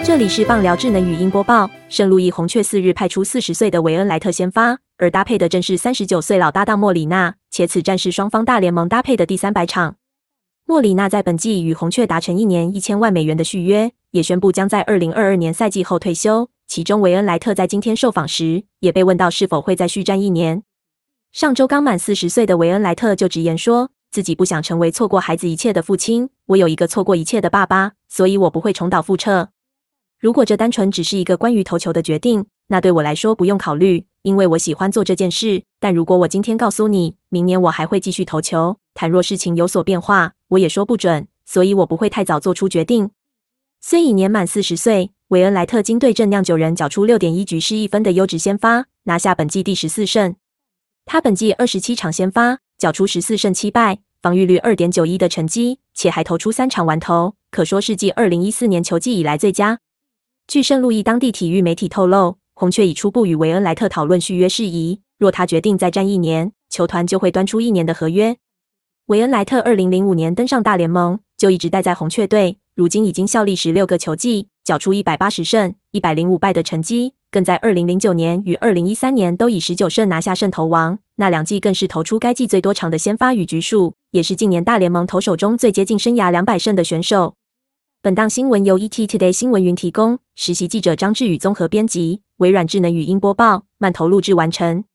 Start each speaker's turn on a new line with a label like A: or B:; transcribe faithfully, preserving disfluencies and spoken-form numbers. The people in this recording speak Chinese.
A: 这里是棒聊智能语音播报。圣路易红雀四日派出四十岁的韦恩莱特先发，而搭配的正是三十九岁老搭档莫里纳，且此战是双方大联盟搭配的第三百场。莫里纳在本季与红雀达成一年一千万美元的续约，也宣布将在二零二二年赛季后退休。其中，韦恩莱特在今天受访时也被问到是否会再续战一年。上周刚满四十岁的韦恩莱特就直言说，自己不想成为错过孩子一切的父亲，我有一个错过一切的爸爸，所以我不会重蹈覆辙。如果这单纯只是一个关于投球的决定，那对我来说不用考虑，因为我喜欢做这件事。但如果我今天告诉你，明年我还会继续投球，倘若事情有所变化，我也说不准，所以我不会太早做出决定。虽已年满四十岁，韦恩莱特经对阵酿酒人缴出 六点一局失一分的优质先发，拿下本季第十四胜。他本季二十七场先发，缴出十四胜七败，防御率 二点九一 的成绩，且还投出三场完投，可说是继二零一四年球季以来最佳。据圣路易当地体育媒体透露，红雀已初步与韦恩莱特讨论续约事宜，若他决定再战一年，球团就会端出一年的合约。韦恩莱特二零零五年登上大联盟，就一直待在红雀队，如今已经效力十六个球季，缴出一百八十胜一百零五败的成绩，更在二零零九年与二零一三年都以十九胜拿下胜投王，那两季更是投出该季最多场的先发与局数，也是近年大联盟投手中最接近生涯两百胜的选手。本档新闻由 E T Today 新闻云提供，实习记者张志宇综合编辑，微软智能语音播报，慢投录制完成。